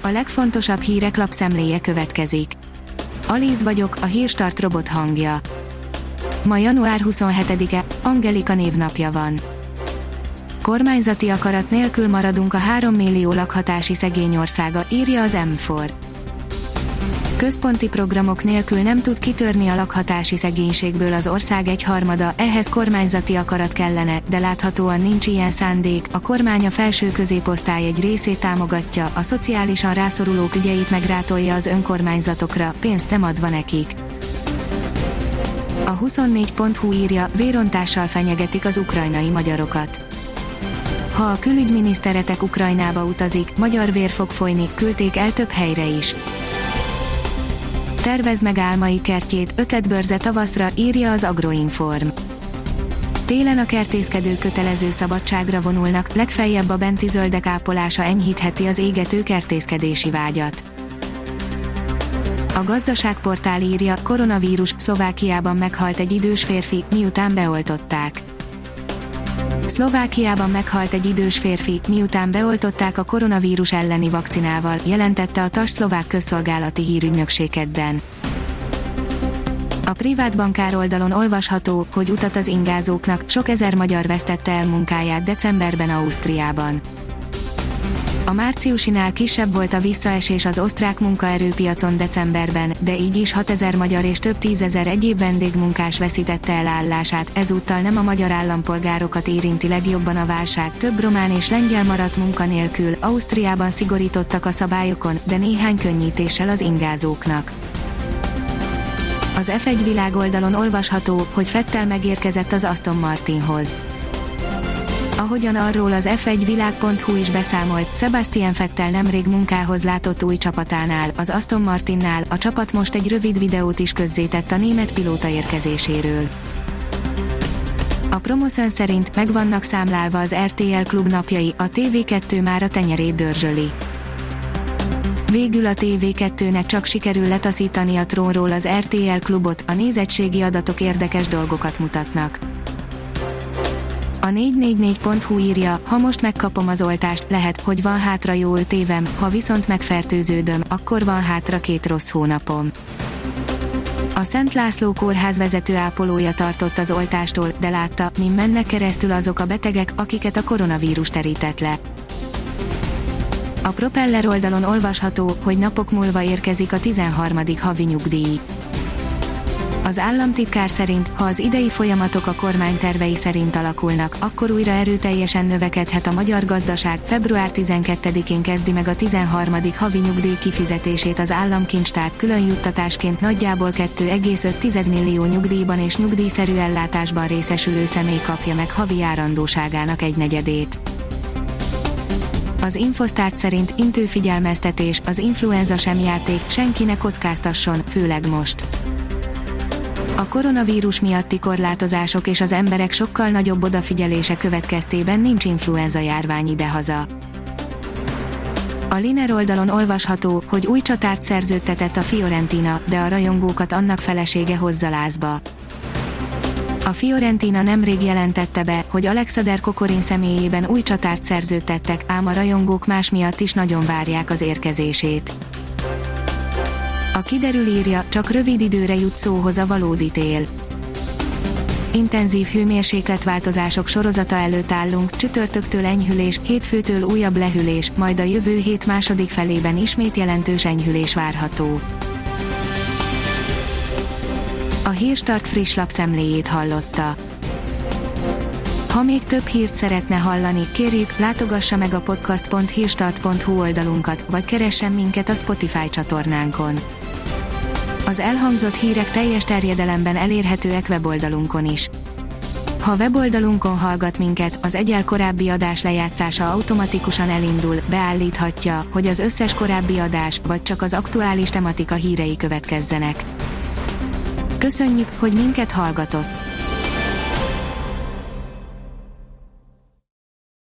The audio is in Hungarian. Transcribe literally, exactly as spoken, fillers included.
A legfontosabb hírek lapszemléje következik. Alíz vagyok, a Hírstart robot hangja. Ma január huszonhetedike, Angelika névnapja van. Kormányzati akarat nélkül maradunk a három millió lakhatási szegény országa, írja az em négy. Központi programok nélkül nem tud kitörni a lakhatási szegénységből az ország egyharmada, ehhez kormányzati akarat kellene, de láthatóan nincs ilyen szándék, a kormány a felső középosztály egy részét támogatja, a szociálisan rászorulók ügyeit megrátolja az önkormányzatokra, pénzt nem adva nekik. A huszonnégy pont hu írja, vérontással fenyegetik az ukrajnai magyarokat. Ha a külügyminiszteretek Ukrajnába utazik, magyar vér fog folyni, küldték el több helyre is. Tervezd meg álmai kertjét, ötletbörze tavaszra, írja az Agroinform. Télen a kertészkedők kötelező szabadságra vonulnak, legfeljebb a benti zöldek ápolása enyhítheti az égető kertészkedési vágyat. A gazdaságportál írja, koronavírus, Szlovákiában meghalt egy idős férfi, miután beoltották. Szlovákiában meghalt egy idős férfi, miután beoltották a koronavírus elleni vakcinával, jelentette a té á es szlovák közszolgálati hírügynökség kedden. A privát bankár oldalon olvasható, hogy utat az ingázóknak, sok ezer magyar vesztette el munkáját decemberben Ausztriában. A márciusinál kisebb volt a visszaesés az osztrák munkaerőpiacon decemberben, de így is hatezer magyar és több tízezer egyéb vendégmunkás veszítette el állását, ezúttal nem a magyar állampolgárokat érinti legjobban a válság, több román és lengyel maradt munkanélkül, Ausztriában szigorítottak a szabályokon, de néhány könnyítéssel az ingázóknak. Az ef egy világ oldalon olvasható, hogy Vettel megérkezett az Aston Martinhoz. Ahogyan arról az ef egy világ pont hu is beszámolt, Sebastian Vettel nemrég munkához látott új csapatánál, az Aston Martinnál, a csapat most egy rövid videót is közzétett a német pilóta érkezéséről. A Promoszön szerint meg vannak számlálva az er té el klub napjai, a té vé kettő már a tenyerét dörzsöli. Végül a té vé kettőnek csak sikerül letaszítani a trónról az er té el klubot, a nézettségi adatok érdekes dolgokat mutatnak. A négy négy négy pont hu írja, ha most megkapom az oltást, lehet, hogy van hátra jó öt évem, ha viszont megfertőződöm, akkor van hátra két rossz hónapom. A Szent László kórház vezető ápolója tartott az oltástól, de látta, min mennek keresztül azok a betegek, akiket a koronavírus terített le. A Propeller oldalon olvasható, hogy napok múlva érkezik a tizenharmadik havi nyugdíj. Az államtitkár szerint, ha az idei folyamatok a kormány tervei szerint alakulnak, akkor újra erőteljesen növekedhet a magyar gazdaság, február tizenkettedikén kezdi meg a tizenharmadik havi nyugdíj kifizetését az államkincstár, külön juttatásként nagyjából két egész öt millió nyugdíjban és nyugdíjszerű ellátásban részesülő személy kapja meg havi járandóságának egynegyedét. Az Infosztárt szerint intőfigyelmeztetés, az influenza sem játék, senki ne kockáztasson, főleg most. A koronavírus miatti korlátozások és az emberek sokkal nagyobb odafigyelése következtében nincs influenza járvány idehaza. A Liner oldalon olvasható, hogy új csatárt szerződtetett a Fiorentina, de a rajongókat annak felesége hozza lázba. A Fiorentina nemrég jelentette be, hogy Alexander Kokorin személyében új csatárt szerződtettek, ám a rajongók más miatt is nagyon várják az érkezését. A Kiderül írja, csak rövid időre jut szóhoz a valódi tél. Intenzív hőmérsékletváltozások sorozata előtt állunk, csütörtöktől enyhülés, hétfőtől újabb lehűlés, majd a jövő hét második felében ismét jelentős enyhülés várható. A Hírstart friss lapszemléjét hallotta. Ha még több hírt szeretne hallani, kérjük, látogassa meg a podcast pont hírstart pont hu oldalunkat, vagy keressen minket a Spotify csatornánkon. Az elhangzott hírek teljes terjedelemben elérhetőek weboldalunkon is. Ha weboldalunkon hallgat minket, az egyel korábbi adás lejátszása automatikusan elindul, beállíthatja, hogy az összes korábbi adás, vagy csak az aktuális tematika hírei következzenek. Köszönjük, hogy minket hallgatott!